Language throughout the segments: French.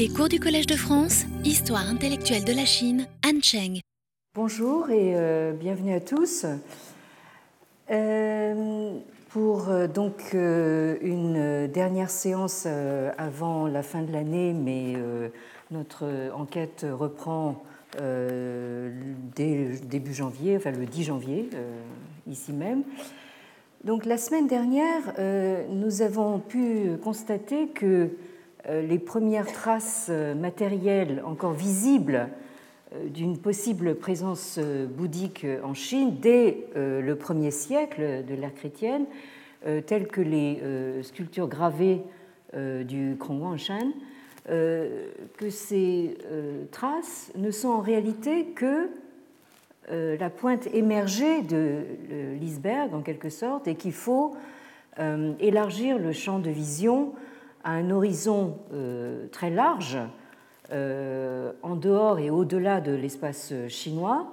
Les cours du Collège de France, Histoire intellectuelle de la Chine, Anne Cheng. Bonjour et bienvenue à tous. Pour une dernière séance avant la fin de l'année, mais notre enquête reprend dès début janvier, enfin le 10 janvier, ici même. Donc la semaine dernière, nous avons pu constater que les premières traces matérielles encore visibles d'une possible présence bouddhique en Chine dès le 1er siècle de l'ère chrétienne, telles que les sculptures gravées du Krongwangshan, que ces traces ne sont en réalité que la pointe émergée de l'iceberg, en quelque sorte, et qu'il faut élargir le champ de vision à un horizon très large, en dehors et au-delà de l'espace chinois,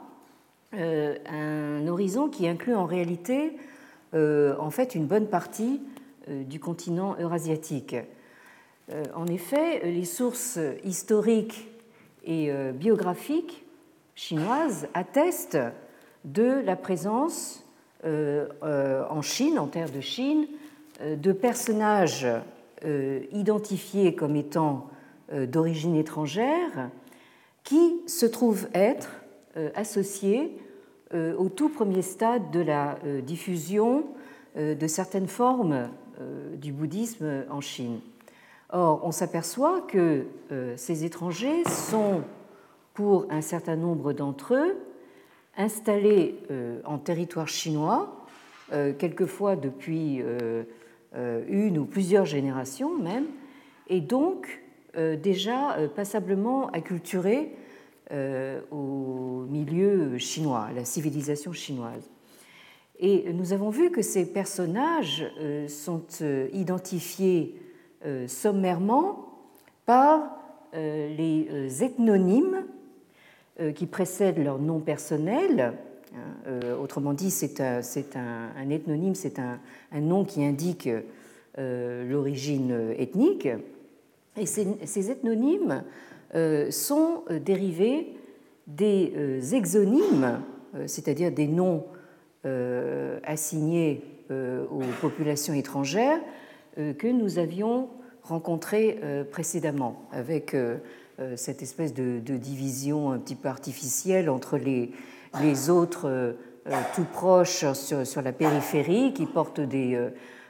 un horizon qui inclut en réalité en fait une bonne partie du continent eurasiatique. En effet, les sources historiques et biographiques chinoises attestent de la présence en Chine, en terre de Chine, de personnages identifiés comme étant d'origine étrangère qui se trouvent être associés au tout premier stade de la diffusion de certaines formes du bouddhisme en Chine. Or, on s'aperçoit que ces étrangers sont, pour un certain nombre d'entre eux, installés en territoire chinois, quelquefois depuis une ou plusieurs générations même, et donc déjà passablement acculturés au milieu chinois, à la civilisation chinoise. Et nous avons vu que ces personnages sont identifiés sommairement par les ethnonymes qui précèdent leur nom personnel. Autrement dit, c'est un ethnonyme, c'est un nom qui indique l'origine ethnique. Et ces ethnonymes sont dérivés des exonymes, c'est-à-dire des noms assignés aux populations étrangères que nous avions rencontrés précédemment, avec cette espèce de division un petit peu artificielle entre les autres tout proches sur la périphérie qui portent des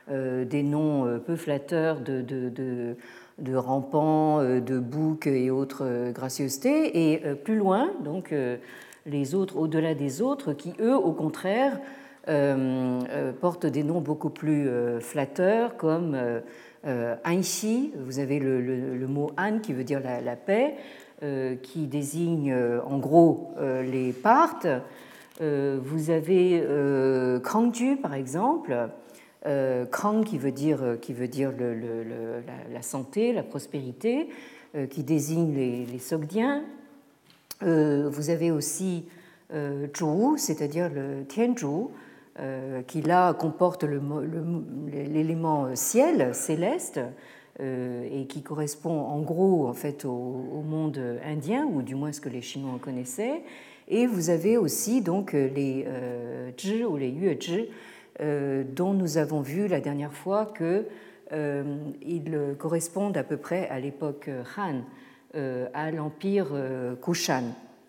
noms peu flatteurs de rampants, de boucs et autres gracieusetés, et plus loin, donc les autres au-delà des autres, qui eux, au contraire, portent des noms beaucoup plus flatteurs, comme Anxi, vous avez le mot An qui veut dire la paix, qui désigne en gros les Parthes. Vous avez Krangju, par exemple, Krang qui veut dire la santé, la prospérité, qui désigne les Sogdiens. Vous avez aussi Zhu, c'est-à-dire le Tianzhu, qui là comporte l'élément ciel, céleste, et qui correspond en gros en fait au monde indien, ou du moins ce que les Chinois en connaissaient. Et vous avez aussi donc les Zhi ou les Yuezhi, dont nous avons vu la dernière fois qu'ils correspondent à peu près à l'époque Han, à l'empire Kushan.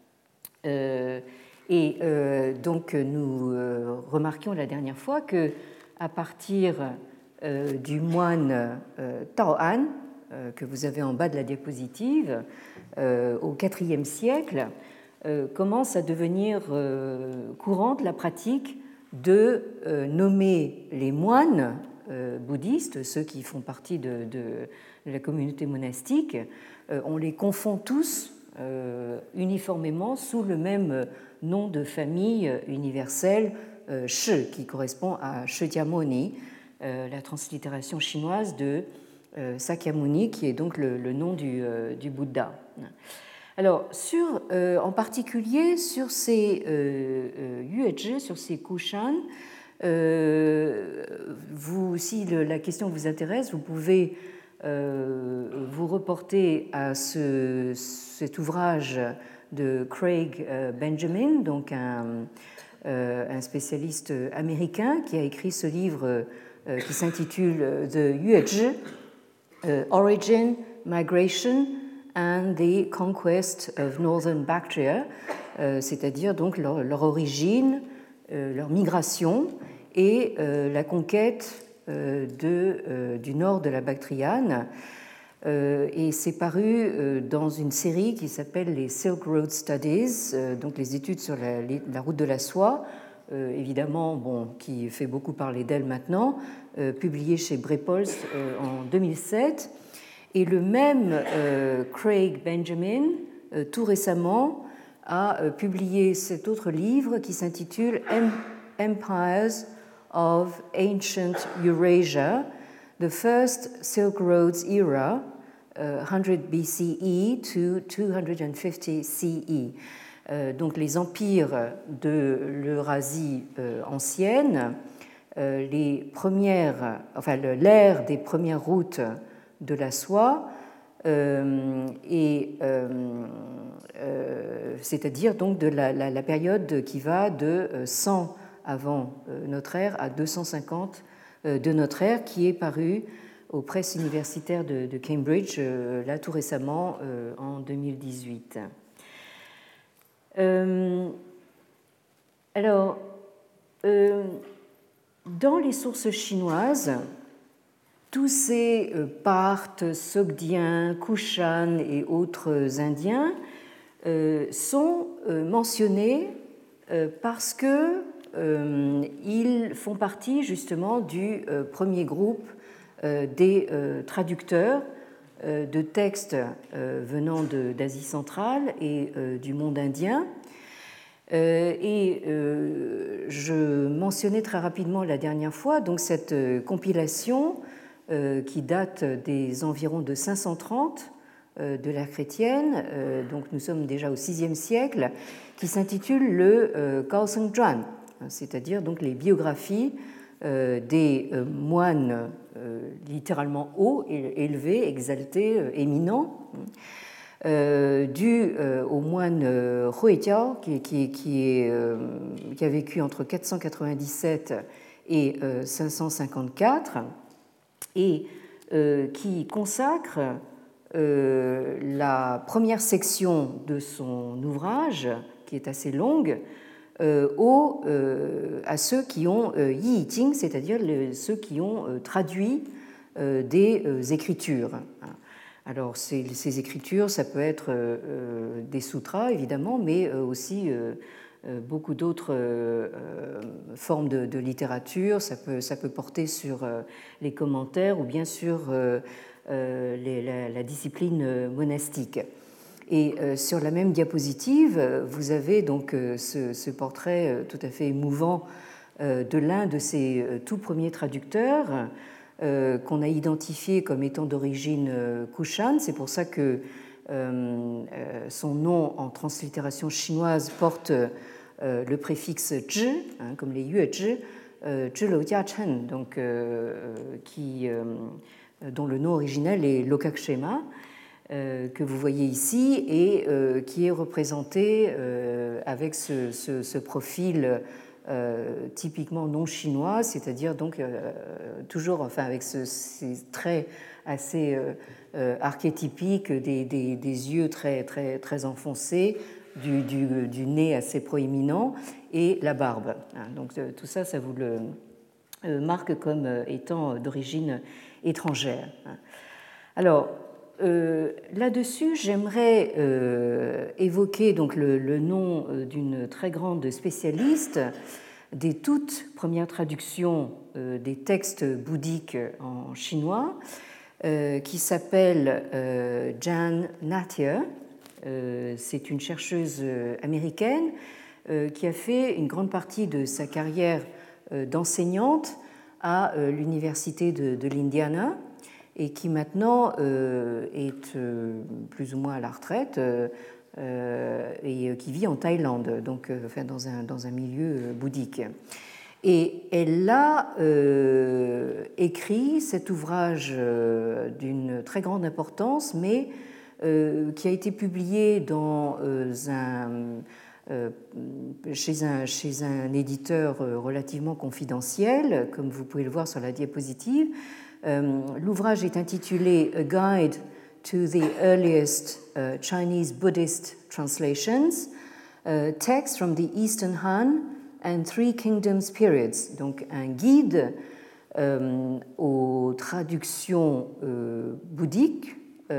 Et donc nous remarquions la dernière fois que à partir du moine Tao An, que vous avez en bas de la diapositive, au IVe siècle, commence à devenir courante la pratique de nommer les moines bouddhistes, ceux qui font partie de la communauté monastique, on les confond tous uniformément sous le même nom de famille universel, Shi, qui correspond à Shakyamuni, la translittération chinoise de Sakyamuni, qui est donc le nom du Bouddha. Alors, en particulier sur ces Yuezhi, sur ces Kushan, si la question vous intéresse, vous pouvez vous reportez à cet ouvrage de Craig Benjamin, donc un spécialiste américain qui a écrit ce livre qui s'intitule The Yuezhi, Origin, Migration and the Conquest of Northern Bactria, c'est-à-dire donc leur origine, leur migration et la conquête du nord de la Bactriane. Et c'est paru dans une série qui s'appelle les Silk Road Studies, donc les études sur la route de la soie, évidemment, bon, qui fait beaucoup parler d'elle maintenant, publié chez Brepols en 2007. Et le même Craig Benjamin, tout récemment, a publié cet autre livre qui s'intitule Empires of Ancient Eurasia, The First Silk Roads Era, 100 BCE to 250 CE. Donc les empires de l'Eurasie ancienne, l'ère des premières routes de la soie, c'est-à-dire donc de la période qui va de 100 avant notre ère à 250 de notre ère, qui est paru aux presses universitaires de Cambridge, là tout récemment, en 2018. Alors, dans les sources chinoises, tous ces Parthes, Sogdiens, Kushan et autres Indiens sont mentionnés parce que ils font partie justement du premier groupe des traducteurs de textes venant d'Asie centrale et du monde indien. Je mentionnais très rapidement la dernière fois donc cette compilation qui date des environs de 530 de l'ère chrétienne, donc nous sommes déjà au VIe siècle, qui s'intitule le Gaoseng Zhuan, c'est-à-dire donc les biographies des moines littéralement hauts, élevés, exaltés, éminents, dû au moine Huijiao qui a vécu entre 497 et 554 et qui consacre la première section de son ouvrage, qui est assez longue, à ceux qui ont Yi Jing, c'est-à-dire ceux qui ont traduit des écritures. Alors, ces écritures, ça peut être des sutras, évidemment, mais aussi beaucoup d'autres formes de littérature. Ça peut porter sur les commentaires ou bien sur la discipline monastique. Et sur la même diapositive, vous avez donc ce portrait tout à fait émouvant de l'un de ces tout premiers traducteurs qu'on a identifié comme étant d'origine Kushan. C'est pour ça que son nom en translittération chinoise porte le préfixe zhi, comme les yuezhi, zhilou jiachen, donc dont le nom originel est Lokakshema, que vous voyez ici et qui est représenté avec ce profil typiquement non chinois, c'est-à-dire donc toujours avec ces traits assez archétypiques des yeux très, très, très enfoncés, du nez assez proéminent et la barbe. Donc tout ça, ça vous le marque comme étant d'origine étrangère. Alors, là-dessus, j'aimerais évoquer donc le nom d'une très grande spécialiste des toutes premières traductions des textes bouddhiques en chinois, qui s'appelle Jan Nattier. C'est une chercheuse américaine qui a fait une grande partie de sa carrière d'enseignante à l'université de l'Indiana et qui maintenant est plus ou moins à la retraite et qui vit en Thaïlande, donc dans un milieu bouddhique. Et elle a écrit cet ouvrage d'une très grande importance, mais qui a été publié chez un éditeur relativement confidentiel, comme vous pouvez le voir sur la diapositive. L'ouvrage est intitulé A Guide to the Earliest Chinese Buddhist Translations, Text from the Eastern Han and Three Kingdoms Periods, donc un guide aux traductions bouddhiques,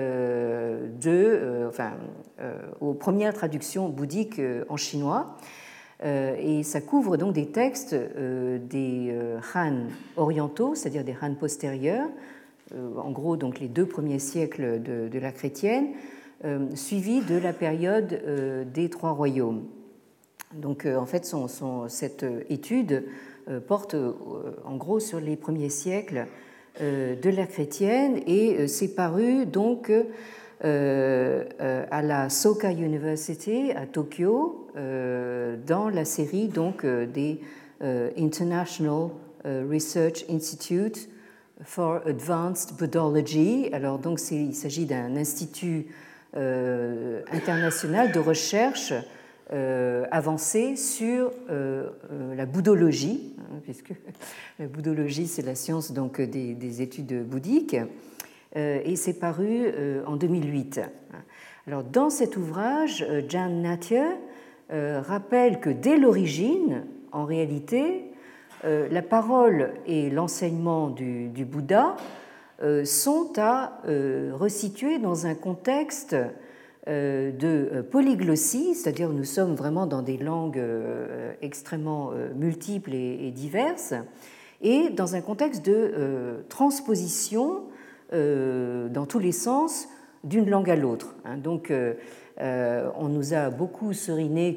aux premières traductions bouddhiques en chinois. Et ça couvre donc des textes des Han orientaux, c'est-à-dire des Han postérieurs, en gros donc les 2 premiers siècles de la chrétienne, suivis de la période des 3 royaumes. Donc en fait, cette étude porte en gros sur les premiers siècles de la chrétienne et c'est paru donc à la Soka University à Tokyo dans la série donc des International Research Institute for Advanced Buddhology. Alors donc il s'agit d'un institut international de recherche avancée sur la bouddhologie, puisque la bouddhologie c'est la science donc des études bouddhiques, et c'est paru en 2008. Alors dans cet ouvrage, Jan Nathieu rappelle que dès l'origine, en réalité, la parole et l'enseignement du Bouddha sont à resituer dans un contexte de polyglossie, c'est-à-dire nous sommes vraiment dans des langues extrêmement multiples et diverses, et dans un contexte de transposition dans tous les sens d'une langue à l'autre. Donc on nous a beaucoup seriné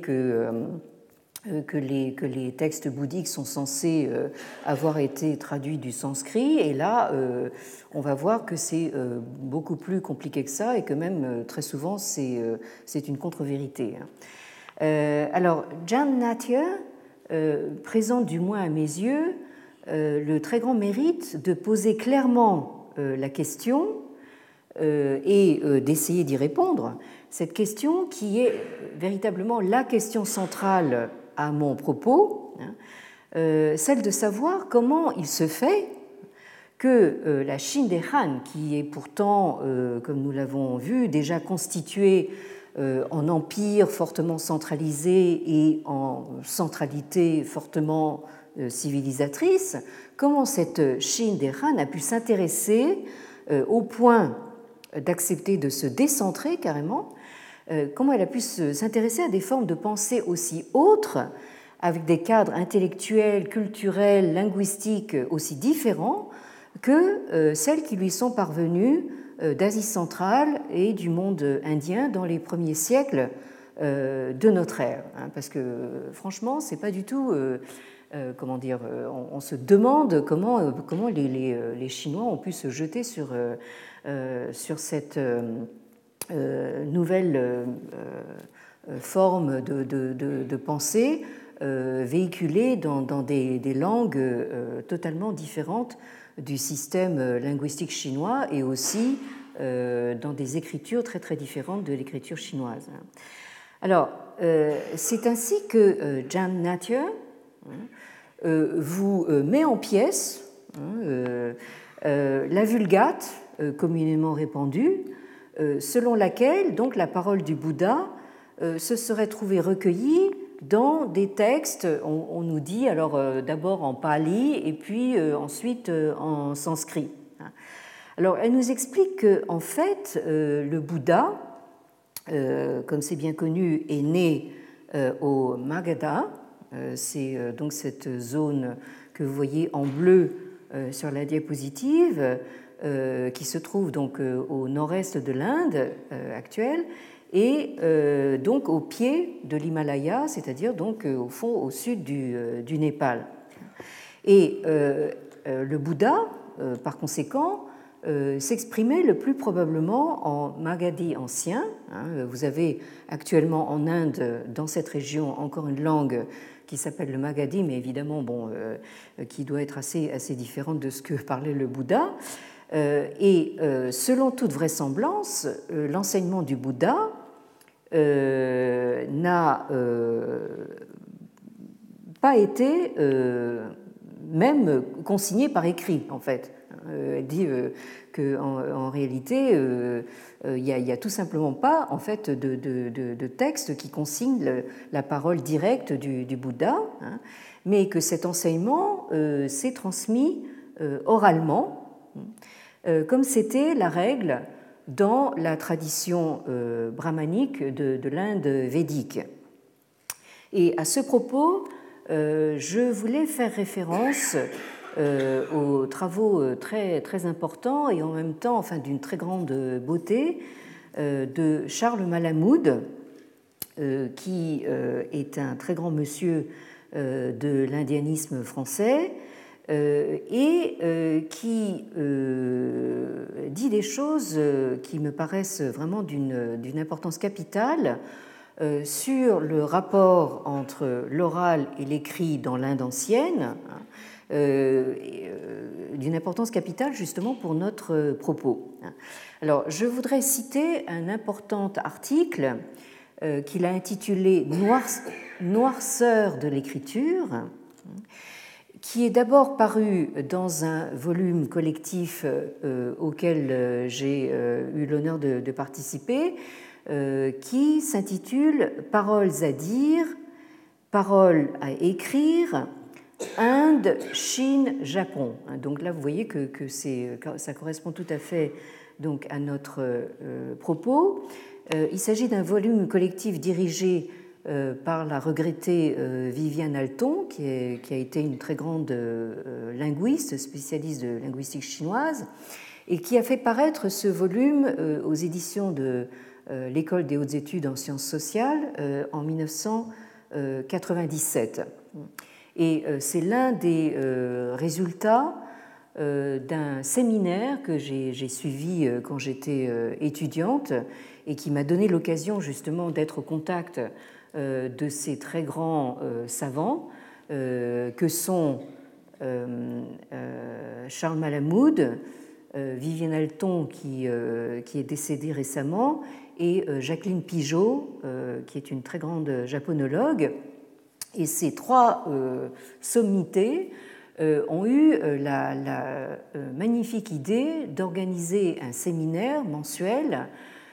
que les textes bouddhiques sont censés avoir été traduits du sanskrit, et là, on va voir que c'est beaucoup plus compliqué que ça, et que même très souvent, c'est une contre-vérité. Alors, Jan Nathieu présente, du moins à mes yeux, le très grand mérite de poser clairement la question et d'essayer d'y répondre, cette question qui est véritablement la question centrale à mon propos, celle de savoir comment il se fait que la Chine des Han, qui est pourtant, comme nous l'avons vu, déjà constituée en empire fortement centralisé et en centralité fortement civilisatrice, comment cette Chine des Han a pu s'intéresser au point d'accepter de se décentrer carrément, comment elle a pu s'intéresser à des formes de pensée aussi autres, avec des cadres intellectuels, culturels, linguistiques aussi différents que celles qui lui sont parvenues d'Asie centrale et du monde indien dans les premiers siècles de notre ère. Parce que franchement, c'est pas du tout... comment dire, on se demande comment les Chinois ont pu se jeter sur cette nouvelle forme de pensée véhiculée dans des langues totalement différentes du système linguistique chinois et aussi dans des écritures très très différentes de l'écriture chinoise. Alors, c'est ainsi que Jan Nathieu vous met en pièces la Vulgate communément répandue, selon laquelle donc la parole du Bouddha se serait trouvée recueillie dans des textes, on nous dit alors d'abord en pali et puis ensuite en sanskrit. Alors elle nous explique que en fait le Bouddha, comme c'est bien connu, est né au Magadha. C'est donc cette zone que vous voyez en bleu sur la diapositive, qui se trouve donc au nord-est de l'Inde actuelle et donc au pied de l'Himalaya, c'est-à-dire donc au fond au sud du Népal. Et le Bouddha, par conséquent, s'exprimait le plus probablement en Magadhi ancien. Vous avez actuellement en Inde, dans cette région, encore une langue qui s'appelle le Magadhi, mais évidemment, qui doit être assez différente de ce que parlait le Bouddha. Et selon toute vraisemblance, l'enseignement du Bouddha n'a pas été même consigné par écrit, en fait. Elle dit qu'en réalité, il n'y a tout simplement pas en fait, de texte qui consigne la parole directe du Bouddha, hein, mais que cet enseignement s'est transmis oralement, comme c'était la règle dans la tradition brahmanique de l'Inde védique. Et à ce propos, je voulais faire référence aux travaux très, très importants et en même temps d'une très grande beauté de Charles Malamud, qui est un très grand monsieur de l'indianisme français et qui dit des choses qui me paraissent vraiment d'une importance capitale sur le rapport entre l'oral et l'écrit dans l'Inde ancienne, d'une importance capitale justement pour notre propos. Alors, je voudrais citer un important article qu'il a intitulé Noirceur de l'écriture, qui est d'abord paru dans un volume collectif auquel j'ai eu l'honneur de participer, qui s'intitule Paroles à dire, paroles à écrire, Inde, Chine, Japon. Donc là, vous voyez que ça correspond tout à fait donc, à notre propos. Il s'agit d'un volume collectif dirigé par la regrettée Viviane Alton, qui a été une très grande linguiste, spécialiste de linguistique chinoise, et qui a fait paraître ce volume aux éditions de l'École des hautes études en sciences sociales en 1997. Et c'est l'un des résultats d'un séminaire que j'ai suivi quand j'étais étudiante et qui m'a donné l'occasion justement d'être au contact de ces très grands savants que sont Charles Malamud, Viviane Alton qui est décédée récemment et Jacqueline Pigeot qui est une très grande japonologue. Et ces trois sommités ont eu la magnifique idée d'organiser un séminaire mensuel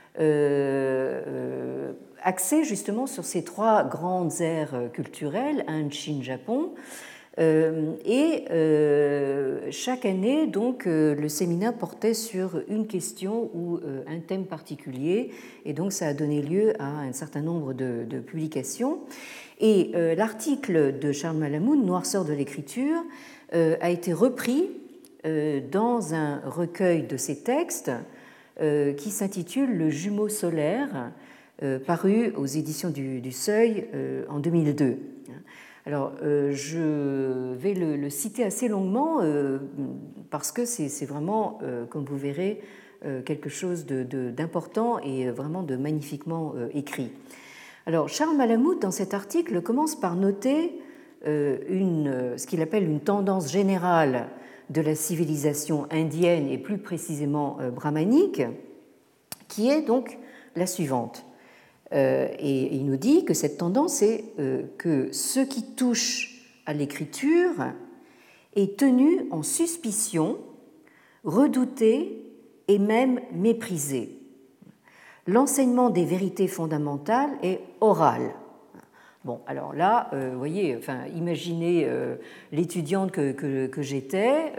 axé justement sur ces trois grandes aires culturelles, Inde, Chine, Japon. Et chaque année, donc, le séminaire portait sur une question ou un thème particulier, et donc ça a donné lieu à un certain nombre de publications. Et l'article de Charles Malamud, Noirceur de l'écriture, a été repris dans un recueil de ses textes qui s'intitule Le jumeau solaire, paru aux éditions du Seuil en 2002. Alors, je vais le citer assez longuement parce que c'est vraiment, comme vous verrez, quelque chose d'important et vraiment de magnifiquement écrit. Alors, Charles Malamud, dans cet article, commence par noter ce qu'il appelle une tendance générale de la civilisation indienne et plus précisément brahmanique, qui est donc la suivante. Et il nous dit que cette tendance est que ce qui touche à l'écriture est tenu en suspicion, redouté et même méprisé. L'enseignement des vérités fondamentales est oral. Bon, alors là, vous voyez, imaginez l'étudiante que j'étais,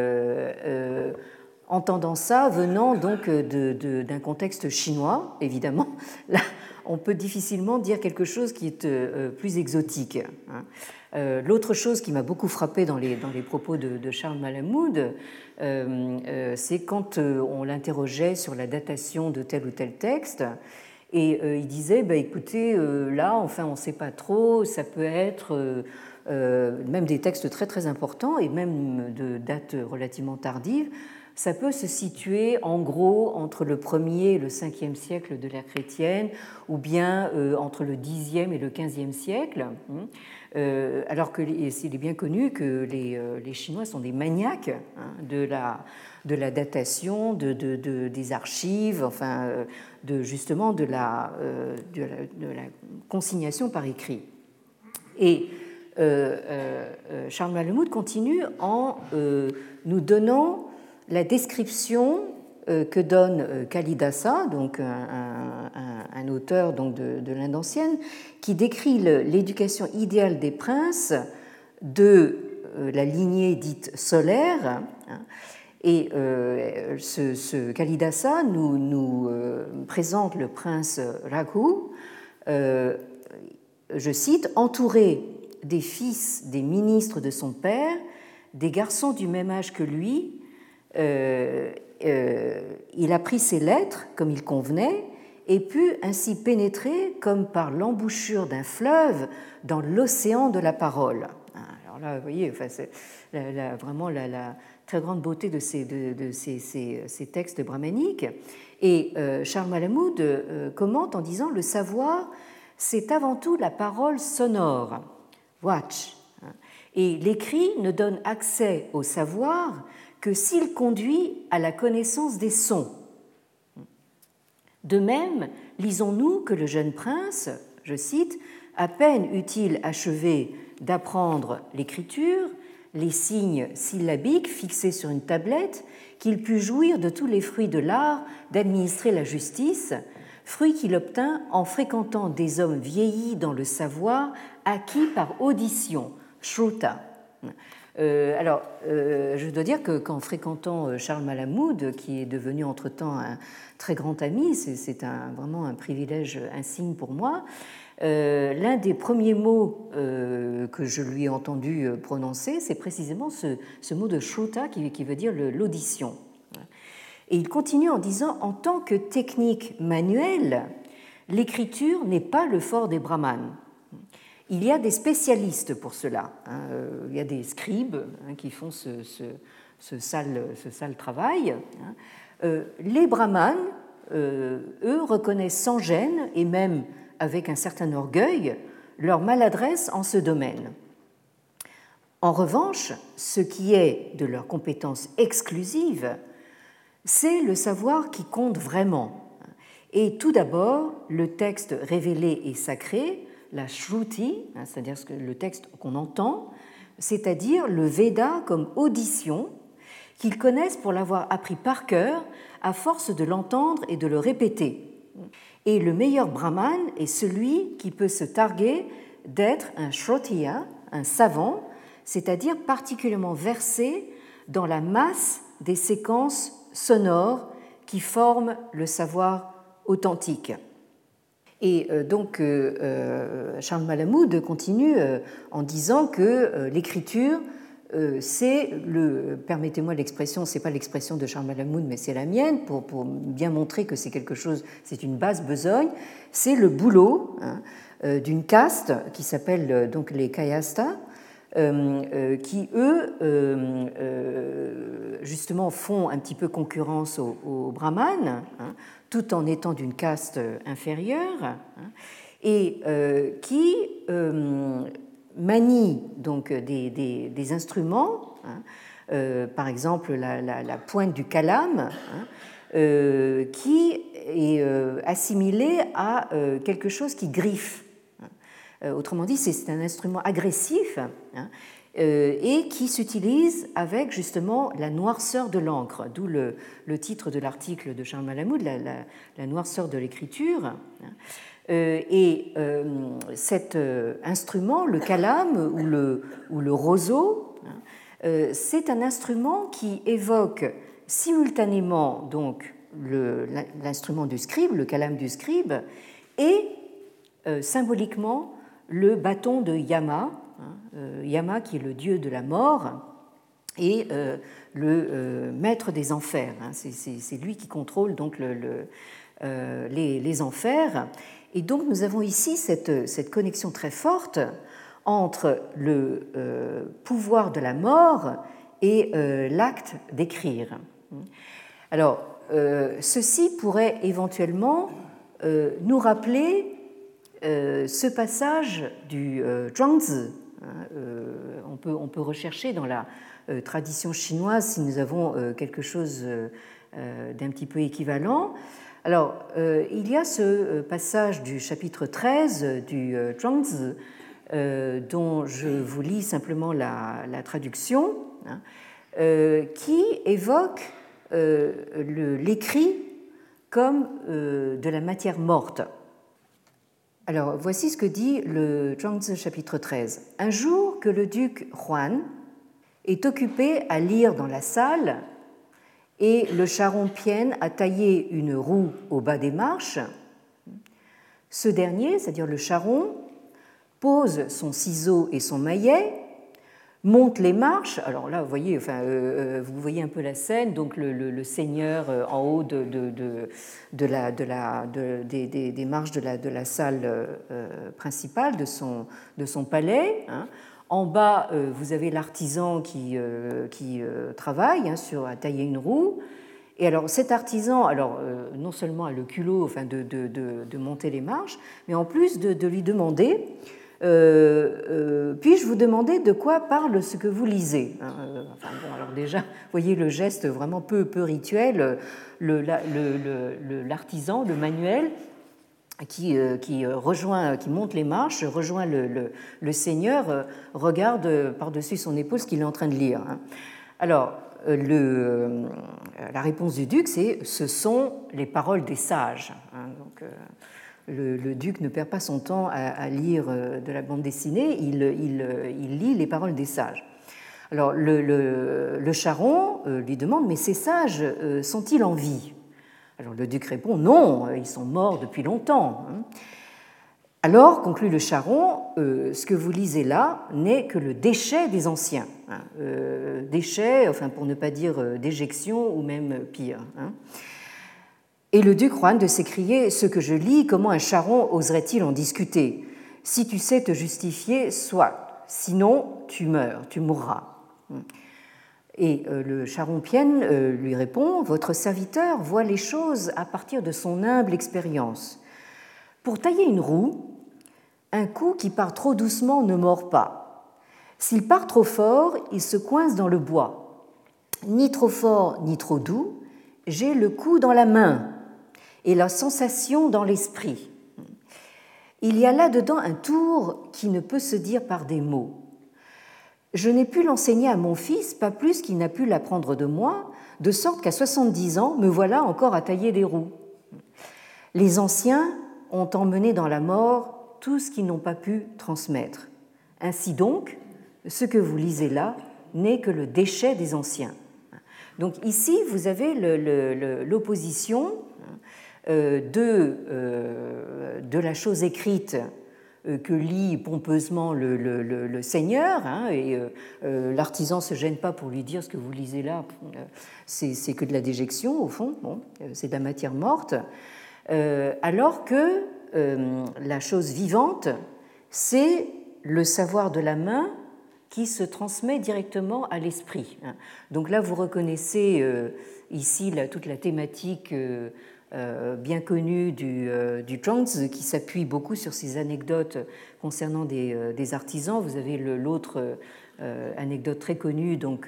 entendant ça, venant donc d'un contexte chinois, évidemment. Là, on peut difficilement dire quelque chose qui est plus exotique. L'autre chose qui m'a beaucoup frappée dans les propos de Charles Malamud, c'est quand on l'interrogeait sur la datation de tel ou tel texte, et il disait, écoutez, là, on ne sait pas trop, ça peut être même des textes très très importants, et même de dates relativement tardives, ça peut se situer en gros entre le 1er et le 5e siècle de l'ère chrétienne, ou bien entre le 10e et le 15e siècle, alors qu'il est bien connu que les Chinois sont des maniaques de la datation, des archives, enfin, justement de la consignation par écrit. Et Charles Malamud continue en nous donnant la description que donne Kalidasa, donc un auteur donc de l'Inde ancienne, qui décrit l'éducation idéale des princes de la lignée dite solaire. Et ce Kalidasa nous présente le prince Raghu, je cite, entouré des fils des ministres de son père, des garçons du même âge que lui, il apprit ses lettres comme il convenait et put ainsi pénétrer comme par l'embouchure d'un fleuve dans l'océan de la parole. Alors là, vous voyez, enfin, c'est vraiment la très grande beauté de ces textes brahmaniques. Et Charles Malamud commente en disant « Le savoir, c'est avant tout la parole sonore, watch. Et l'écrit ne donne accès au savoir que s'il conduit à la connaissance des sons. De même, lisons-nous que le jeune prince, je cite, à peine eut-il achevé d'apprendre l'écriture, les signes syllabiques fixés sur une tablette, qu'il put jouir de tous les fruits de l'art d'administrer la justice, fruit qu'il obtint en fréquentant des hommes vieillis dans le savoir, acquis par audition, shruta. Je dois dire qu'en fréquentant Charles Malamud, qui est devenu entre-temps un très grand ami, c'est vraiment un privilège insigne pour moi, l'un des premiers mots que je lui ai entendu prononcer, c'est précisément ce mot de shruta qui veut dire l'audition. Et il continue en disant « En tant que technique manuelle, l'écriture n'est pas le fort des brahmanes. Il y a des spécialistes pour cela. Il y a des scribes qui font ce sale travail. Les brahmanes, eux, reconnaissent sans gêne et même avec un certain orgueil leur maladresse en ce domaine. En revanche, ce qui est de leur compétence exclusive, c'est le savoir qui compte vraiment. Et tout d'abord, le texte révélé et sacré, la shruti, c'est-à-dire le texte qu'on entend, c'est-à-dire le Veda comme audition, qu'ils connaissent pour l'avoir appris par cœur à force de l'entendre et de le répéter. Et le meilleur brahman est celui qui peut se targuer d'être un shrotiya, un savant, c'est-à-dire particulièrement versé dans la masse des séquences sonores qui forment le savoir authentique. Et donc Charles Malamud continue en disant que l'écriture, c'est permettez-moi l'expression, c'est pas l'expression de Charles Malamud, mais c'est la mienne pour bien montrer que c'est quelque chose, c'est une basse besogne, c'est le boulot d'une caste qui s'appelle donc les Kayastas, qui eux justement font un petit peu concurrence aux brahmanes, tout en étant d'une caste inférieure, et qui manient donc des instruments, par exemple la pointe du kalam, qui est assimilée à quelque chose qui griffe. Autrement dit, c'est un instrument agressif et qui s'utilise avec justement la noirceur de l'encre, d'où le titre de l'article de Charles Malamud, la noirceur de l'écriture. Et cet instrument, le kalam ou le roseau, c'est un instrument qui évoque simultanément donc l'instrument du scribe, le kalam du scribe, et symboliquement le bâton de Yama, Yama qui est le dieu de la mort et le maître des enfers. C'est lui qui contrôle donc les enfers. Et donc nous avons ici cette connexion très forte entre le pouvoir de la mort et l'acte d'écrire. Alors, ceci pourrait éventuellement nous rappeler ce passage du Zhuangzi. On peut rechercher dans la tradition chinoise si nous avons quelque chose d'un petit peu équivalent. Alors, il y a ce passage du chapitre 13 du Zhuangzi dont je vous lis simplement la traduction, qui évoque l'écrit comme de la matière morte. Alors, voici ce que dit le Zhuangzi chapitre 13. Un jour que le duc Huan est occupé à lire dans la salle et le charron Pian a taillé une roue au bas des marches, ce dernier, c'est-à-dire le charron, pose son ciseau et son maillet, monte les marches. Alors là, vous voyez, vous voyez un peu la scène. Donc le seigneur en haut des marches de la salle principale de son palais. En bas, vous avez l'artisan qui travaille à tailler une roue. Et alors cet artisan, non seulement a le culot de monter les marches, mais en plus de lui demander puis-je vous demander de quoi parle ce que vous lisez. Alors déjà, vous voyez le geste vraiment peu rituel, l'artisan, le manuel, qui monte les marches, rejoint le seigneur, regarde par-dessus son épaule ce qu'il est en train de lire. Alors, la réponse du duc, c'est « ce sont les paroles des sages ». Donc, le duc ne perd pas son temps à lire de la bande dessinée, il lit les paroles des sages. Alors le charron lui demande « mais ces sages sont-ils en vie ?» Alors le duc répond « non, ils sont morts depuis longtemps ». Alors, conclut le charron, ce que vous lisez là n'est que le déchet des anciens. Déchet, pour ne pas dire déjection ou même pire. Et le duc Huan de s'écrier « Ce que je lis, comment un charron oserait-il en discuter ? Si tu sais te justifier, soit. Sinon, tu meurs, tu mourras. » Et le charron Pian lui répond « Votre serviteur voit les choses à partir de son humble expérience. Pour tailler une roue, un coup qui part trop doucement ne mord pas. S'il part trop fort, il se coince dans le bois. Ni trop fort, ni trop doux, j'ai le coup dans la main et la sensation dans l'esprit. Il y a là-dedans un tour qui ne peut se dire par des mots. Je n'ai pu l'enseigner à mon fils, pas plus qu'il n'a pu l'apprendre de moi, de sorte qu'à 70 ans, me voilà encore à tailler des roues. Les anciens ont emmené dans la mort tout ce qu'ils n'ont pas pu transmettre. Ainsi donc, ce que vous lisez là n'est que le déchet des anciens. Donc ici, vous avez l'opposition de la chose écrite que lit pompeusement le seigneur, et l'artisan ne se gêne pas pour lui dire ce que vous lisez là, c'est que de la déjection au fond, c'est de la matière morte, alors que la chose vivante, c'est le savoir de la main qui se transmet directement à l'esprit. Donc là, vous reconnaissez ici toute la thématique bien connue du Zhuangzi, qui s'appuie beaucoup sur ces anecdotes concernant des artisans. Vous avez l'autre anecdote très connue donc,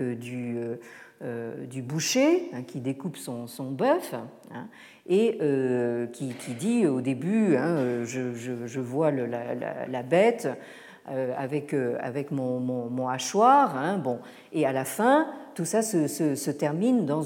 du boucher qui découpe son bœuf et qui dit au début je vois la bête avec mon hachoir, et à la fin tout ça se termine dans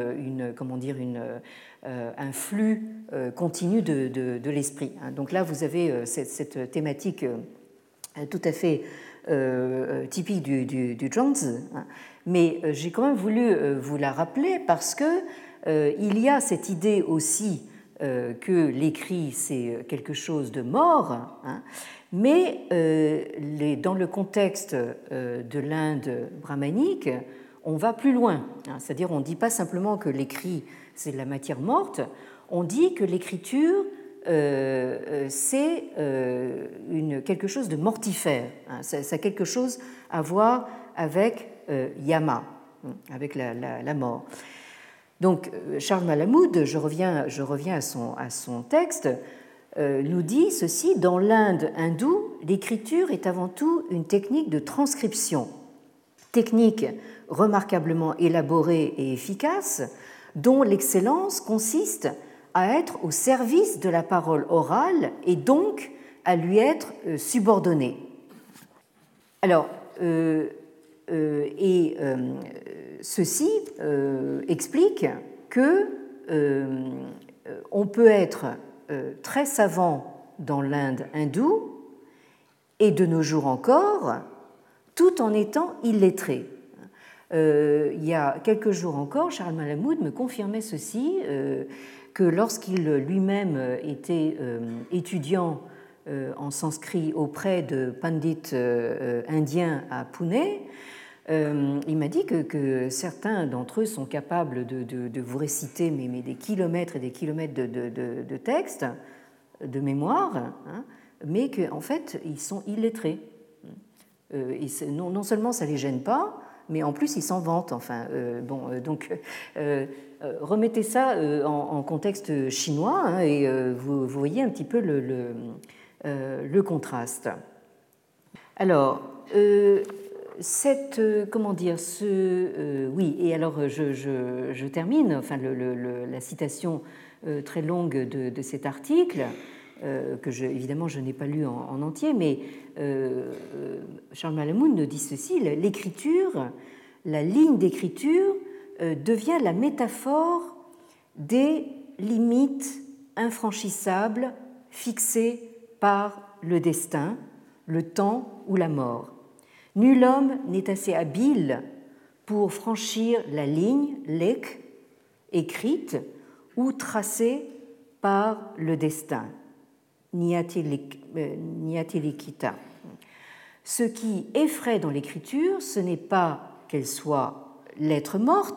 un flux continu de l'esprit. Donc là vous avez cette thématique tout à fait typique du Zhuangzi, mais j'ai quand même voulu vous la rappeler parce que il y a cette idée aussi que l'écrit c'est quelque chose de mort, mais dans le contexte de l'Inde brahmanique, on va plus loin, c'est-à-dire on ne dit pas simplement que l'écrit c'est de la matière morte, on dit que l'écriture c'est quelque chose de mortifère, ça a quelque chose à voir avec yama, avec la mort. Donc Charles Malamud, je reviens à son texte, nous dit ceci: dans l'Inde hindoue, l'écriture est avant tout une technique de transcription, technique remarquablement élaborée et efficace, dont l'excellence consiste à être au service de la parole orale et donc à lui être subordonnée. Alors, ceci explique que on peut être très savant dans l'Inde hindoue et de nos jours encore, tout en étant illettré. Il y a quelques jours encore, Charles Malamud me confirmait ceci, que lorsqu'il lui-même était étudiant en sanskrit auprès de pandits indiens à Pune, il m'a dit que certains d'entre eux sont capables de vous réciter mais des kilomètres et des kilomètres de textes, de mémoire, hein, mais qu'en fait, ils sont illettrés. Et non seulement ça ne les gêne pas, mais en plus, ils s'en vantent. Enfin, remettez ça en contexte chinois, hein, et vous voyez un petit peu le contraste. Alors, oui, et alors je termine, enfin, la citation très longue de cet article, que évidemment je n'ai pas lu en entier, mais Charles Malamud nous dit ceci: l'écriture, la ligne d'écriture devient la métaphore des limites infranchissables fixées par le destin, le temps ou la mort. Nul homme n'est assez habile pour franchir la ligne, lek, écrite ou tracée par le destin. Niyatilikita. Ce qui effraie dans l'écriture, ce n'est pas qu'elle soit lettre morte,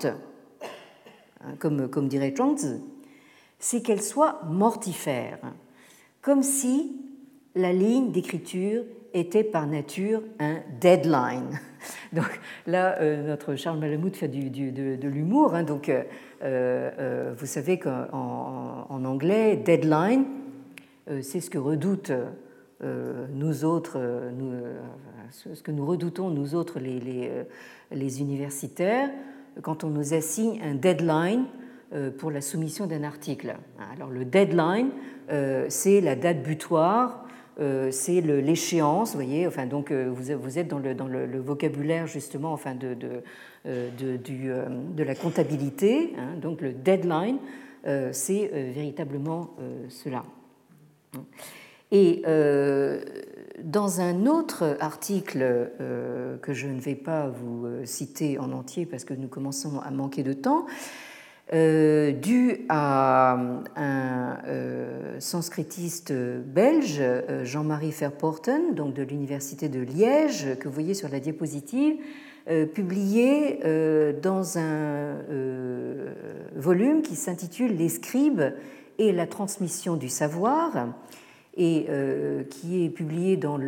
comme dirait Zhuangzi, c'est qu'elle soit mortifère, comme si la ligne d'écriture était par nature un deadline. Donc là, notre Charles Malamud fait de l'humour. Hein, donc, vous savez qu'en anglais, deadline, c'est ce que redoutent nous autres, ce que nous redoutons nous autres les universitaires quand on nous assigne un deadline pour la soumission d'un article. Alors le deadline, c'est la date butoir, c'est l'échéance, vous voyez. Enfin, donc vous êtes dans le vocabulaire justement, enfin de la comptabilité. Hein, donc le deadline, c'est véritablement cela. Et dans un autre article que je ne vais pas vous citer en entier parce que nous commençons à manquer de temps, dû à un sanskritiste belge, Jean-Marie Verpoorten, donc de l'université de Liège, que vous voyez sur la diapositive, publié dans un volume qui s'intitule « Les scribes et la transmission du savoir », et qui est publié dans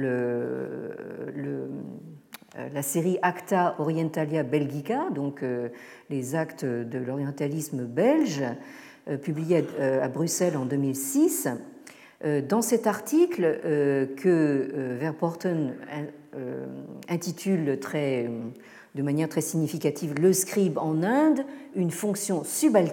la série Acta Orientalia Belgica, donc les actes de l'orientalisme belge, publié à Bruxelles en 2006. Dans cet article que Verpoorten intitule de manière très significative « Le scribe en Inde, une fonction subalterne »,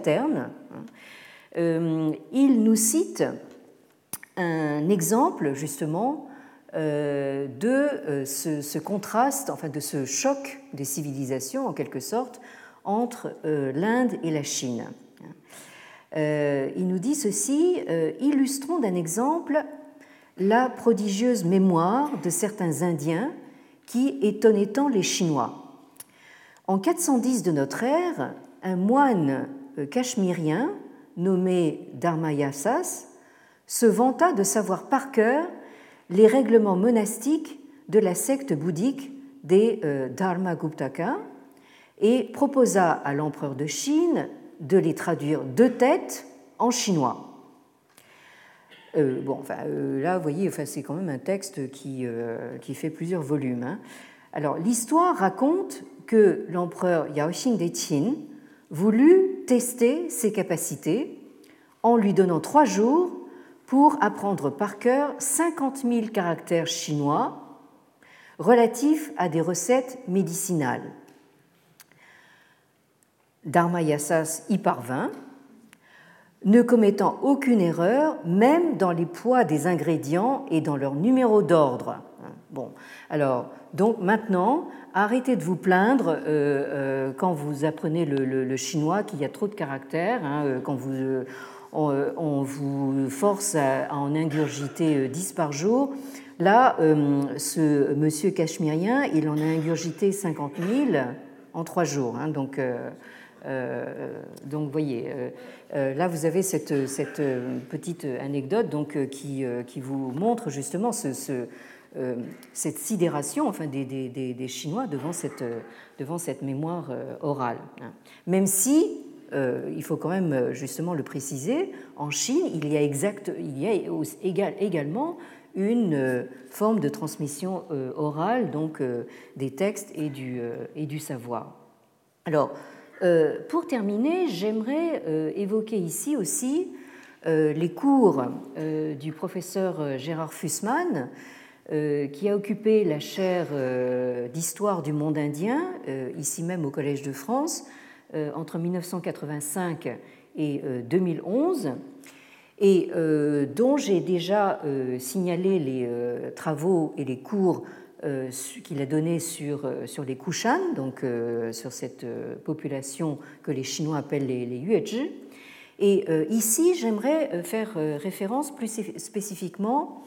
il nous cite un exemple justement de ce contraste, enfin de ce choc des civilisations en quelque sorte entre l'Inde et la Chine. Il nous dit ceci: illustrons d'un exemple la prodigieuse mémoire de certains Indiens qui étonnent tant les Chinois. En 410 de notre ère, un moine cachemérien nommé Dharmayasas se vanta de savoir par cœur les règlements monastiques de la secte bouddhique des Dharmaguptaka et proposa à l'empereur de Chine de les traduire de tête en chinois. Là, vous voyez, c'est quand même un texte qui fait plusieurs volumes. Hein. Alors, l'histoire raconte que l'empereur Yaoxing des Qin voulut tester ses capacités en lui donnant 3 jours pour apprendre par cœur 50 000 caractères chinois relatifs à des recettes médicinales. Dharmayasas y parvint, ne commettant aucune erreur, même dans les poids des ingrédients et dans leur numéro d'ordre. Bon, alors, donc maintenant, arrêtez de vous plaindre quand vous apprenez le chinois qu'il y a trop de caractères, quand on vous force à en ingurgiter 10 par jour. Là, ce monsieur cachemérien, il en a ingurgité 50 000 en 3 jours. Donc, vous voyez, là vous avez cette petite anecdote donc, qui vous montre justement cette sidération enfin, des Chinois devant cette mémoire orale. Même si, il faut quand même justement le préciser, en Chine, il y a également une forme de transmission orale donc, des textes et du savoir. Alors, pour terminer, j'aimerais évoquer ici aussi les cours du professeur Gérard Fussman, qui a occupé la chaire d'histoire du monde indien, ici même au Collège de France, entre 1985 et 2011, et dont j'ai déjà signalé les travaux et les cours qu'il a donné sur les Kushan, donc sur cette population que les Chinois appellent les Yuezhi. Et ici, j'aimerais faire référence plus spécifiquement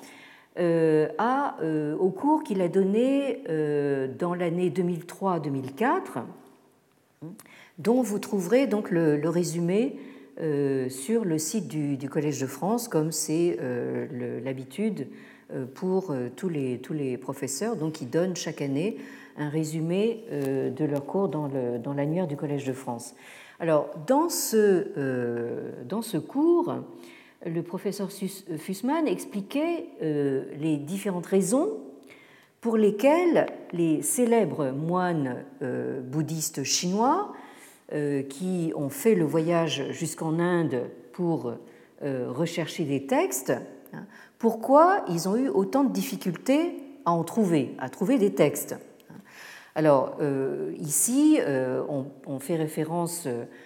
au cours qu'il a donné dans l'année 2003-2004, dont vous trouverez donc le résumé sur le site du Collège de France, comme c'est l'habitude pour tous les professeurs, donc qui donnent chaque année un résumé de leurs cours dans l'annuaire du Collège de France. Alors, dans ce cours, le professeur Fussman expliquait les différentes raisons pour lesquelles les célèbres moines bouddhistes chinois qui ont fait le voyage jusqu'en Inde pour rechercher des textes, pourquoi ils ont eu autant de difficultés à trouver des textes. Alors, ici, on fait référence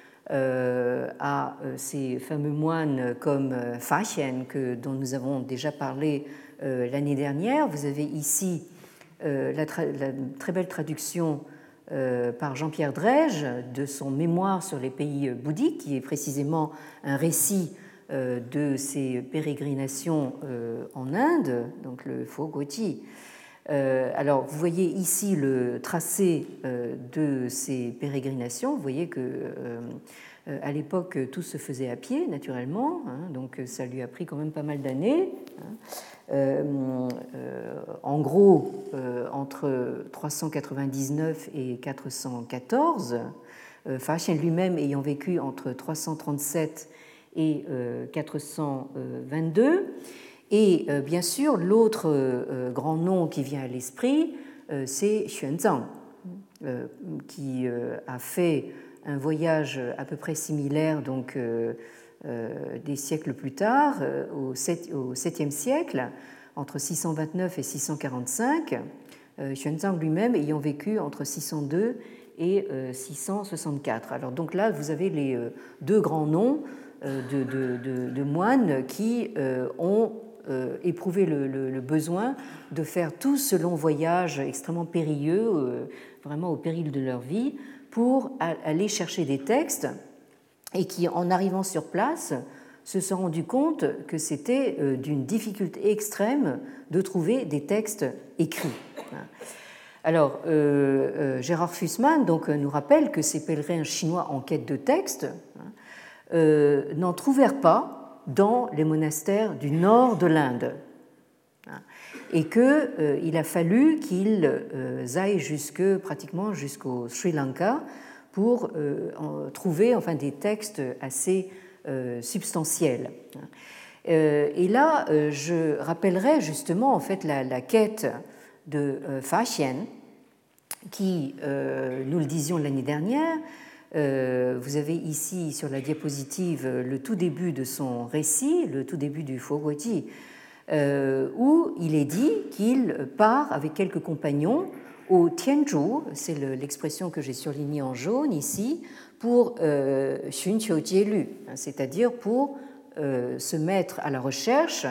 à ces fameux moines comme Fa Xian, dont nous avons déjà parlé l'année dernière. Vous avez ici la très belle traduction par Jean-Pierre Drège de son mémoire sur les pays bouddhiques, qui est précisément un récit de ses pérégrinations en Inde, donc le Phogoti. Alors, vous voyez ici le tracé de ces pérégrinations. Vous voyez que à l'époque, tout se faisait à pied, naturellement, donc ça lui a pris quand même pas mal d'années. En gros, entre 399 et 414, Fa Xian lui-même ayant vécu entre 337 et 422. Et bien sûr, l'autre grand nom qui vient à l'esprit, c'est Xuanzang, qui a fait un voyage à peu près similaire donc, des siècles plus tard, au 7e siècle, entre 629 et 645, Xuanzang lui-même ayant vécu entre 602 et 664. Alors donc là, vous avez les deux grands noms de moines qui ont éprouvé le besoin de faire tout ce long voyage extrêmement périlleux, vraiment au péril de leur vie, pour aller chercher des textes et qui, en arrivant sur place, se sont rendus compte que c'était d'une difficulté extrême de trouver des textes écrits. Alors, Gérard Fussman donc, nous rappelle que ces pèlerins chinois en quête de textes n'en trouvèrent pas dans les monastères du nord de l'Inde et qu'il a fallu qu'ils aillent pratiquement jusqu'au Sri Lanka pour trouver enfin, des textes assez substantiels. Et là, je rappellerai justement en fait, la quête de Fa Xian, qui, nous le disions l'année dernière, Vous avez ici sur la diapositive le tout début de son récit, le tout début du Foguoji, où il est dit qu'il part avec quelques compagnons au Tianzhu, c'est l'expression que j'ai surlignée en jaune ici, pour Xunqiu Jielu, c'est-à-dire pour se mettre à la recherche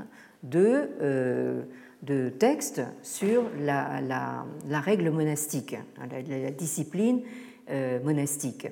de textes sur la règle monastique, la discipline monastique.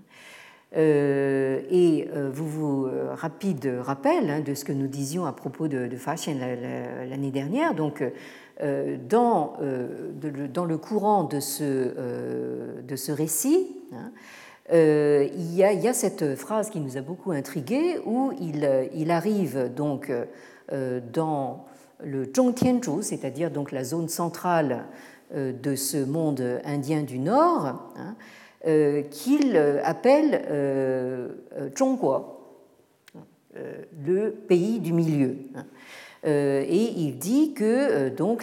Et vous rapide rappel de ce que nous disions à propos de Faxian l'année dernière. Donc, dans le courant de ce récit, il y a cette phrase qui nous a beaucoup intrigués, où il arrive donc dans le Zhongtianzhu, c'est-à-dire donc la zone centrale de ce monde indien du Nord, qu'il appelle Zhongguo, le pays du milieu. Et il dit que donc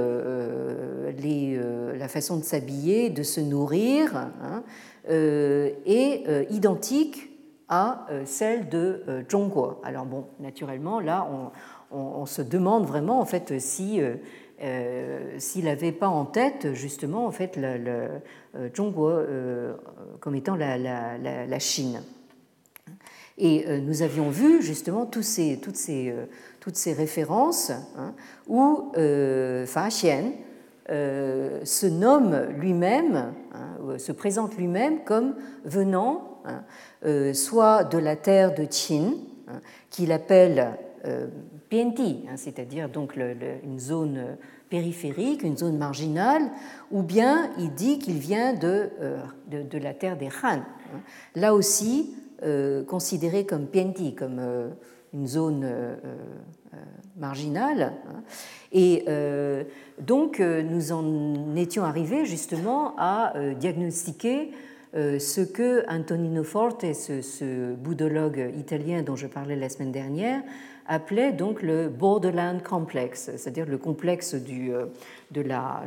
la façon de s'habiller, de se nourrir, est identique à celle de Zhongguo. Alors bon, naturellement, là, on se demande vraiment en fait si s'il n'avait pas en tête justement en fait le Zhongguo comme étant la Chine. Et nous avions vu justement toutes ces références où Faxian se nomme lui-même, se présente lui-même comme venant soit de la terre de Qin, qu'il appelle Biandi, c'est-à-dire donc une zone périphérique, une zone marginale, ou bien il dit qu'il vient de la terre des Han, là aussi considéré comme Biandi, comme une zone marginale. Et donc nous en étions arrivés justement à diagnostiquer ce que Antonino Forte, ce bouddhologue italien dont je parlais la semaine dernière, appelait donc le borderland complex, c'est-à-dire le complexe de la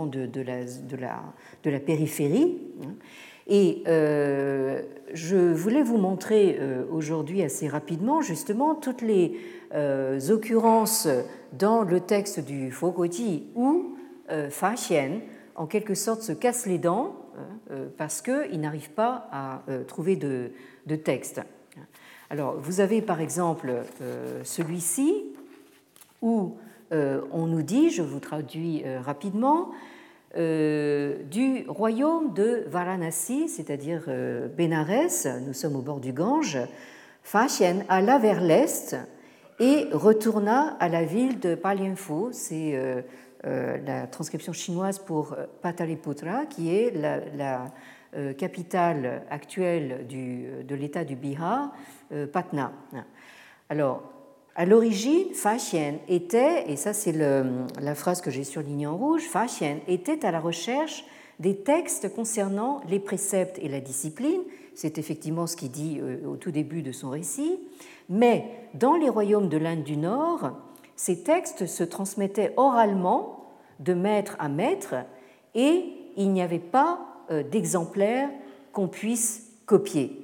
périphérie. Et je voulais vous montrer aujourd'hui assez rapidement justement toutes les occurrences dans le texte du Foguoji où Faxian en quelque sorte se casse les dents parce qu'il n'arrive pas à trouver de texte. Alors, vous avez par exemple celui-ci où on nous dit, je vous traduis rapidement, du royaume de Varanasi, c'est-à-dire Bénarès, nous sommes au bord du Gange, Faxian alla vers l'est et retourna à la ville de Palyinphu, c'est la transcription chinoise pour Pataliputra, qui est la capitale actuelle de l'État du Bihar, Patna. Alors, à l'origine, Faxian était, et ça c'est la phrase que j'ai surlignée en rouge, Faxian était à la recherche des textes concernant les préceptes et la discipline, c'est effectivement ce qu'il dit au tout début de son récit, mais dans les royaumes de l'Inde du Nord, ces textes se transmettaient oralement de maître à maître et il n'y avait pas d'exemplaire qu'on puisse copier.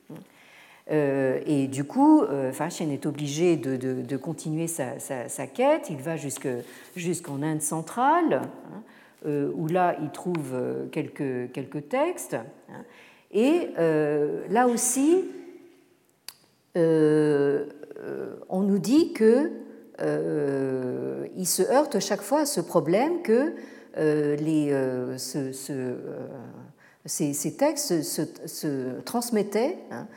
Et du coup, Faxian est obligé de continuer sa quête. Il va jusqu'en Inde centrale, où là, il trouve quelques textes. Et là aussi, on nous dit qu'il se heurte chaque fois à ce problème que ces textes se transmettaient,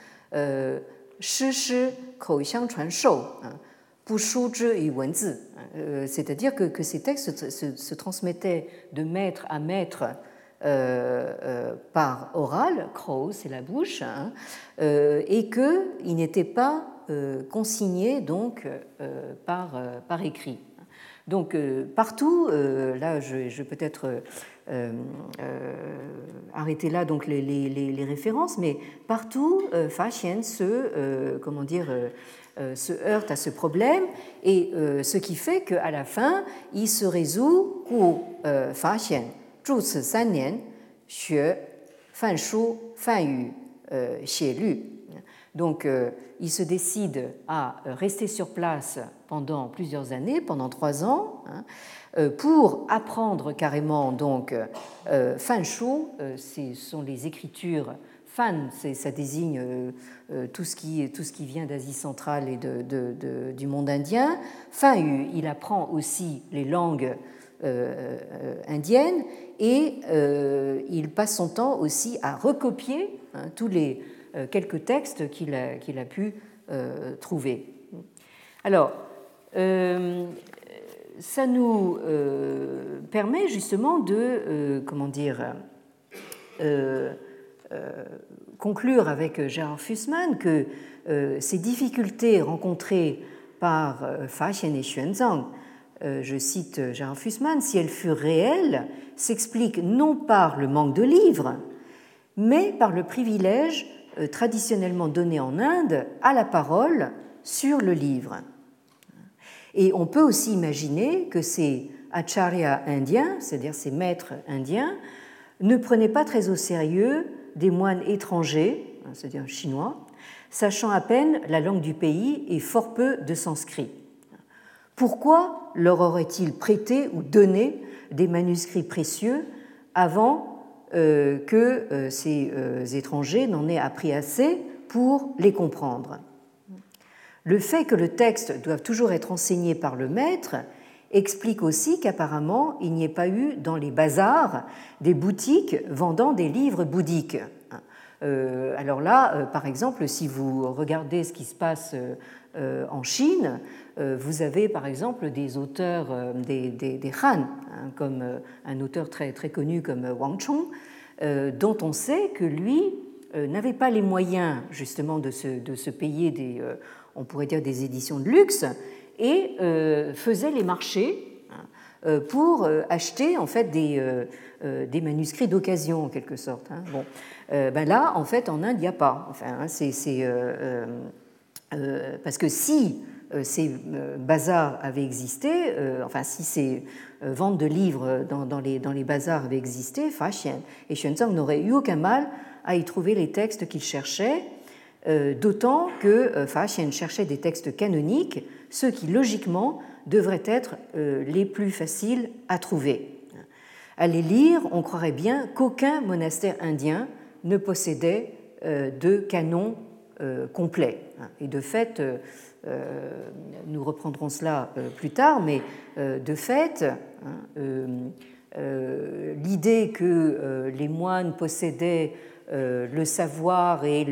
c'est-à-dire que ces textes se transmettaient de maître à maître par oral, khou, c'est la bouche, et qu'ils n'étaient pas consignés donc par écrit. Donc partout, là je vais peut-être arrêter là donc les références, mais partout Faxian se heurte à ce problème, et ce qui fait qu'à la fin il se résout Faxian 住此3年学 fan shu, fan yu, xie lu. Donc, il se décide à rester sur place pendant plusieurs années, pendant 3 ans, pour apprendre carrément donc fan shu, ce sont les écritures. Fan, ça désigne tout ce qui vient d'Asie centrale et du monde indien. Fan yu, il apprend aussi les langues indiennes et il passe son temps aussi à recopier tous les quelques textes qu'il a pu trouver. Alors, ça nous permet justement de, conclure avec Gérard Fussman que ces difficultés rencontrées par Faxian et Xuanzang, je cite Gérard Fussman, si elles furent réelles, s'expliquent non par le manque de livres, mais par le privilège traditionnellement donné en Inde à la parole sur le livre. Et on peut aussi imaginer que ces acharyas indiens, c'est-à-dire ces maîtres indiens, ne prenaient pas très au sérieux des moines étrangers, c'est-à-dire chinois, sachant à peine la langue du pays et fort peu de sanskrit. Pourquoi leur aurait-il prêté ou donné des manuscrits précieux avant que ces étrangers n'en aient appris assez pour les comprendre? Le fait que le texte doive toujours être enseigné par le maître explique aussi qu'apparemment il n'y ait pas eu dans les bazars des boutiques vendant des livres bouddhiques. Alors là, par exemple, si vous regardez ce qui se passe en Chine, vous avez par exemple des auteurs, des Han, comme un auteur très, très connu comme Wang Chong, dont on sait que lui n'avait pas les moyens justement de se payer on pourrait dire des éditions de luxe, et faisait les marchés pour acheter en fait des manuscrits d'occasion en quelque sorte. Bon, là en fait en Inde il n'y a pas. Enfin, parce que si ces bazars avaient existé, si ces ventes de livres dans les bazars avaient existé, Faxian et Xuanzang n'auraient eu aucun mal à y trouver les textes qu'ils cherchaient. D'autant que Faxian cherchait des textes canoniques, ceux qui logiquement devraient être les plus faciles à trouver. À les lire, on croirait bien qu'aucun monastère indien ne possédait de canon complet. Et de fait, nous reprendrons cela plus tard, mais de fait, l'idée que les moines possédaient le savoir et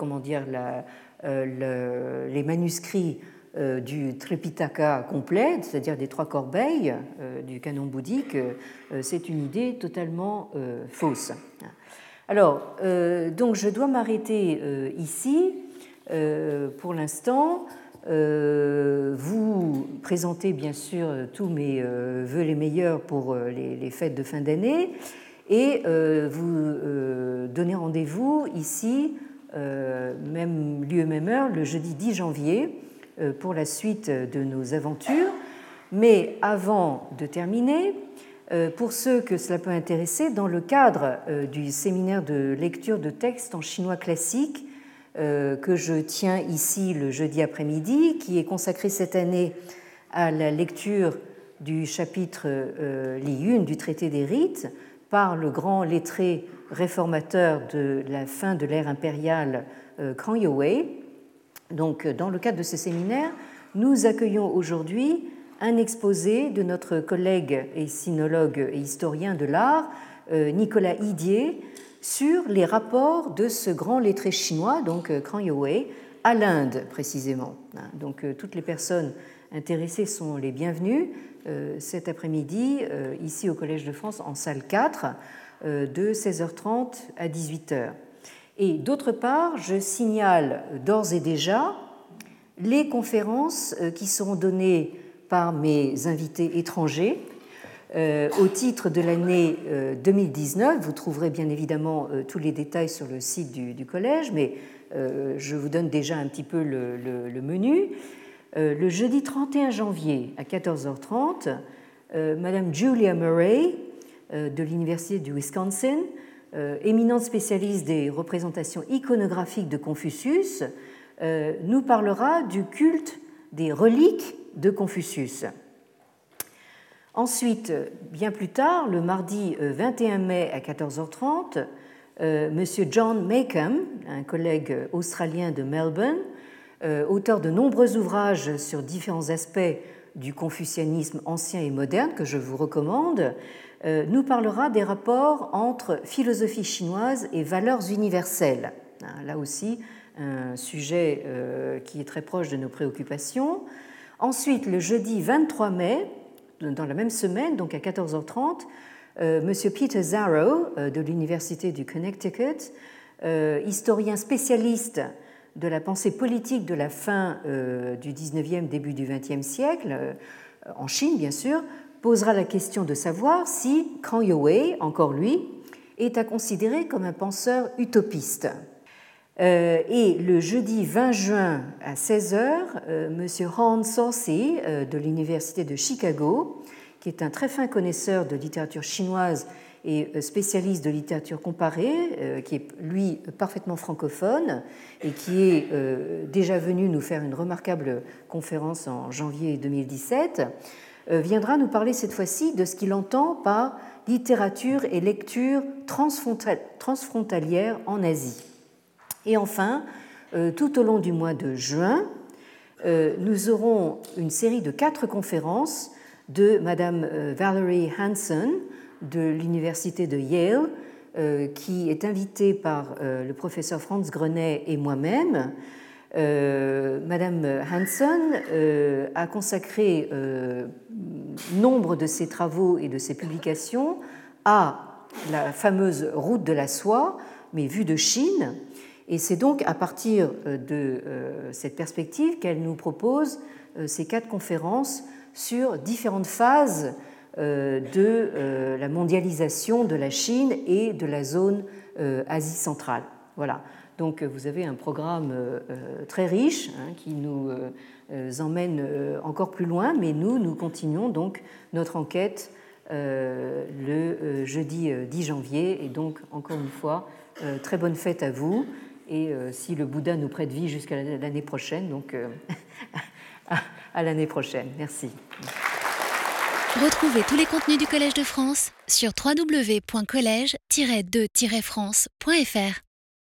les manuscrits du Tripitaka complet, c'est-à-dire des 3 corbeilles du canon bouddhique, c'est une idée totalement fausse. Alors, donc je dois m'arrêter ici pour l'instant. Vous présenter bien sûr tous mes vœux les meilleurs pour les fêtes de fin d'année et vous donner rendez-vous ici, même lieu, même heure, le jeudi 10 janvier pour la suite de nos aventures. Mais avant de terminer, pour ceux que cela peut intéresser, dans le cadre du séminaire de lecture de textes en chinois classique que je tiens ici le jeudi après-midi, qui est consacré cette année à la lecture du chapitre Li Yun du traité des rites par le grand lettré réformateur de la fin de l'ère impériale Kang Youwei. Donc, dans le cadre de ce séminaire, nous accueillons aujourd'hui un exposé de notre collègue et sinologue et historien de l'art, Nicolas Idier, sur les rapports de ce grand lettré chinois, donc Kang Youwei, à l'Inde précisément. Donc, toutes les personnes intéressées sont les bienvenues cet après-midi, ici au Collège de France, en salle 4, de 16h30 à 18h. Et d'autre part, je signale d'ores et déjà les conférences qui seront données par mes invités étrangers au titre de l'année 2019. Vous trouverez bien évidemment tous les détails sur le site du collège, mais je vous donne déjà un petit peu le menu. Le jeudi 31 janvier à 14h30, Madame Julia Murray de l'Université du Wisconsin éminente spécialiste des représentations iconographiques de Confucius, nous parlera du culte des reliques de Confucius. Ensuite, bien plus tard, le mardi 21 mai à 14h30, M. John Maycomb, un collègue australien de Melbourne, auteur de nombreux ouvrages sur différents aspects du confucianisme ancien et moderne, que je vous recommande, nous parlera des rapports entre philosophie chinoise et valeurs universelles. Là aussi, un sujet qui est très proche de nos préoccupations. Ensuite, le jeudi 23 mai, dans la même semaine, donc à 14h30, M. Peter Zarrow de l'Université du Connecticut, historien spécialiste de la pensée politique de la fin du 19e, début du 20e siècle, en Chine bien sûr, posera la question de savoir si Kang Youwei, encore lui, est à considérer comme un penseur utopiste. Et le jeudi 20 juin à 16h, M. Han Sosi de l'Université de Chicago, qui est un très fin connaisseur de littérature chinoise et spécialiste de littérature comparée, qui est lui parfaitement francophone et qui est déjà venu nous faire une remarquable conférence en janvier 2017, viendra nous parler cette fois-ci de ce qu'il entend par littérature et lecture transfrontalière en Asie. Et enfin, tout au long du mois de juin, nous aurons une série de 4 conférences de Madame Valerie Hanson de l'Université de Yale, qui est invitée par le professeur Franz Grenet et moi-même. Madame Hanson a consacré nombre de ses travaux et de ses publications à la fameuse route de la soie, mais vue de Chine. Et c'est donc à partir de cette perspective qu'elle nous propose ces 4 conférences sur différentes phases de la mondialisation de la Chine et de la zone Asie centrale. Voilà. Donc vous avez un programme très riche qui nous emmène encore plus loin, mais nous continuons donc notre enquête le jeudi 10 janvier. Et donc, encore une fois, très bonne fête à vous. Et si le Bouddha nous prête vie jusqu'à l'année prochaine, donc à l'année prochaine. Merci. Retrouvez tous les contenus du Collège de France sur www.collège-2-france.fr.